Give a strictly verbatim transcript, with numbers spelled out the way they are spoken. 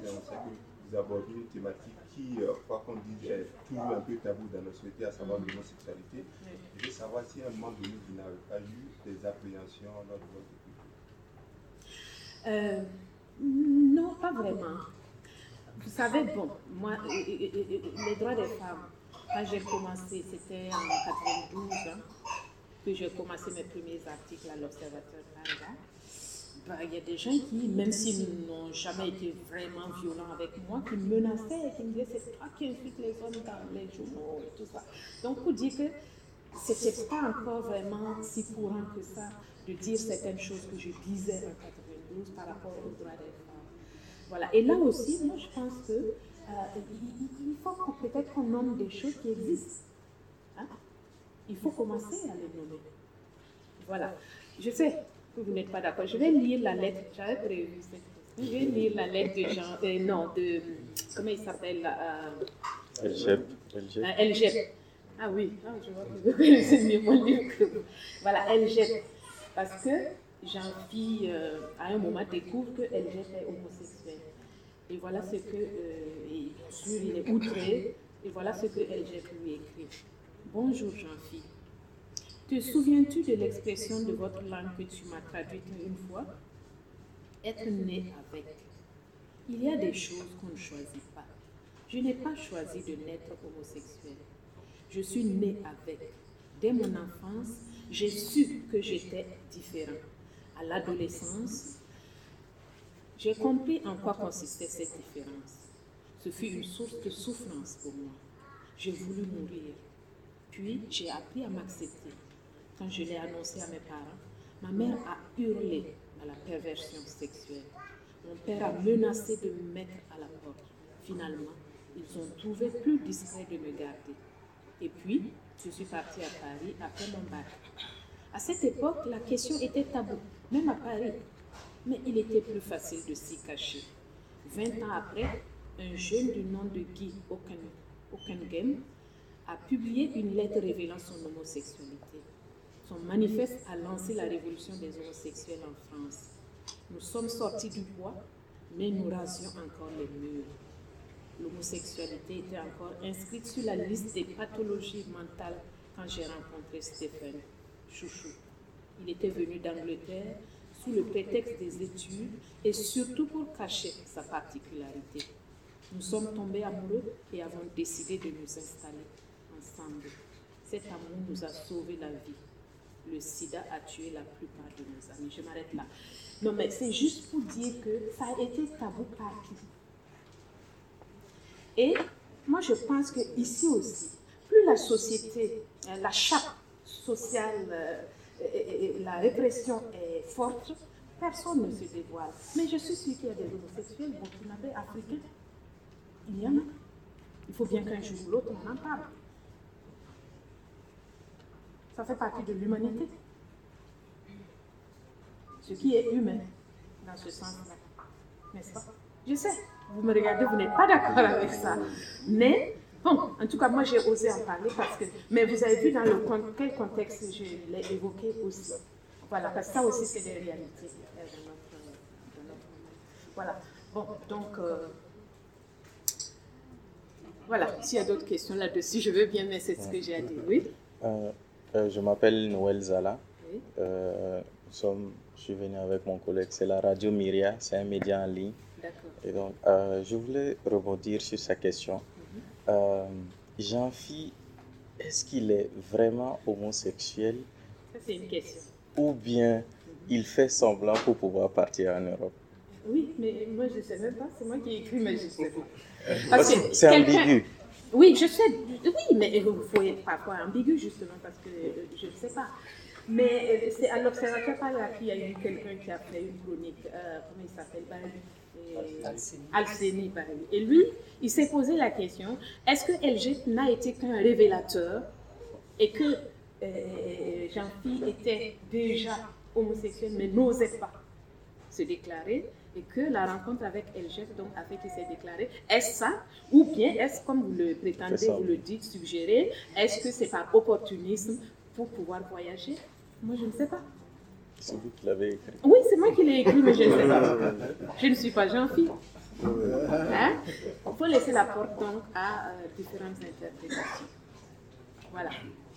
on sait que vous abordez une thématique qui, euh, quoi qu'on dise, est toujours un peu tabou dans notre société, à savoir mm-hmm. l'homosexualité. Oui. Je veux savoir si à un moment donné, vous n'avez pas eu des appréhensions lors de votre écriture. Euh, non, pas vraiment. Vous savez, bon, moi, les droits des femmes, quand j'ai commencé, c'était en quatre-vingt-douze, hein, que j'ai commencé mes premiers articles à l'Observateur Canada. Ben, il y a des gens qui, même s'ils n'ont jamais été vraiment violents avec moi, qui me menaçaient, qui me disaient c'est toi qui insultes les hommes dans les journaux et tout ça. Donc, pour dire que ce n'était pas encore vraiment si courant que ça de dire certaines choses que je disais en quatre-vingt-douze par rapport aux droits des femmes. Voilà. Et là aussi, moi, je pense que euh, il, il faut peut-être qu'on nomme des choses qui existent. Hein? Il faut commencer à les nommer. Voilà. Je sais que vous n'êtes pas d'accord. Je vais lire la lettre. J'avais prévu cette question. Je vais lire la lettre de Jean. Euh, non, de. Comment il s'appelle euh, L G E P. Euh, L G E P. Ah oui, ah, je vois que vous connaissez mieux mon livre que vous. Voilà, L G E P. Parce que Jean-Phi, euh, à un moment, découvre que L G E P est homosexuel. Et voilà ce que. Euh, et bien sûr, il est outré. Et voilà ce que L G E P lui écrit. Bonjour Jean-Phi. Te souviens-tu de l'expression de votre langue que tu m'as traduite une fois? Être né avec. Il y a des choses qu'on ne choisit pas. Je n'ai pas choisi de naître homosexuel. Je suis né avec. Dès mon enfance, j'ai su que j'étais différent. À l'adolescence, j'ai compris en quoi consistait cette différence. Ce fut une source de souffrance pour moi. J'ai voulu mourir. Puis, j'ai appris à m'accepter. Quand je l'ai annoncé à mes parents, ma mère a hurlé à la perversion sexuelle. Mon père a menacé de me mettre à la porte. Finalement, ils ont trouvé plus discret de me garder. Et puis, je suis partie à Paris après mon bac. À cette époque, la question était taboue, même à Paris. Mais il était plus facile de s'y cacher. Vingt ans après, un jeune du nom de Guy Hockenheim a publié une lettre révélant son homosexualité. Son manifeste a lancé la révolution des homosexuels en France. Nous sommes sortis du bois, mais nous rasions encore les murs. L'homosexualité était encore inscrite sur la liste des pathologies mentales quand j'ai rencontré Stéphane Chouchou. Il était venu d'Angleterre sous le prétexte des études et surtout pour cacher sa particularité. Nous sommes tombés amoureux et avons décidé de nous installer ensemble. Cet amour nous a sauvé la vie. Le sida a tué la plupart de nos amis. Je m'arrête là. Non, mais c'est juste pour dire que ça a été tabou partout. Et moi, je pense qu'ici aussi, plus la société, la chape sociale, la répression est forte, personne ne se dévoile. Mais je suis sûre qu'il y a des homosexuels burkinabés, africains. Il y en a. Il faut bien qu'un jour ou l'autre, on en parle. Ça fait partie de l'humanité. Ce qui est humain, dans ce sens-là. N'est-ce pas? Je sais, vous me regardez, vous n'êtes pas d'accord avec ça. Mais, bon, en tout cas, moi, j'ai osé en parler parce que... Mais vous avez vu dans le quel contexte je l'ai évoqué aussi. Voilà, parce que ça aussi, c'est des réalités dans notre, dans notre monde. Voilà. Bon, donc... Euh, voilà, s'il y a d'autres questions là-dessus, je veux bien, mais c'est ce que j'ai à dire. Oui? Euh, euh, je m'appelle Noël Zala. Oui. Euh, nous sommes, je suis venu avec mon collègue, c'est la radio Myria, c'est un média en ligne. D'accord. Et donc, euh, je voulais rebondir sur sa question. Mm-hmm. euh, Jean-Phi, est-ce qu'il est vraiment homosexuel? Ça, c'est une question. Ou bien, mm-hmm. il fait semblant pour pouvoir partir en Europe? Oui, mais moi, je ne sais même pas. C'est moi qui ai écrit, mais je ne sais pas. Parce que c'est ambigu. Oui, je sais. Oui, mais il faut être parfois ambigu, justement, parce que je ne sais pas. Mais c'est à l'Observateur par là qu'il y a eu quelqu'un qui a fait une chronique. Euh, comment il s'appelle? Alcénie, Barry. Et lui, il s'est posé la question, est-ce que L G n'a été qu'un révélateur et que euh, Jean-Phi était déjà homosexuel, mais n'osait pas se déclarer? Et que la rencontre avec L G donc a fait qu'il s'est déclaré. Est-ce ça? Ou bien est-ce, comme vous le prétendez, vous le dites, suggérez, est-ce que c'est par opportunisme pour pouvoir voyager? Moi, je ne sais pas. C'est vous qui l'avez écrit? Oui, c'est moi qui l'ai écrit, mais je ne sais pas. Je ne suis pas Jean-Phi. Hein? Il faut laisser la porte donc à euh, différentes interprétations. Voilà.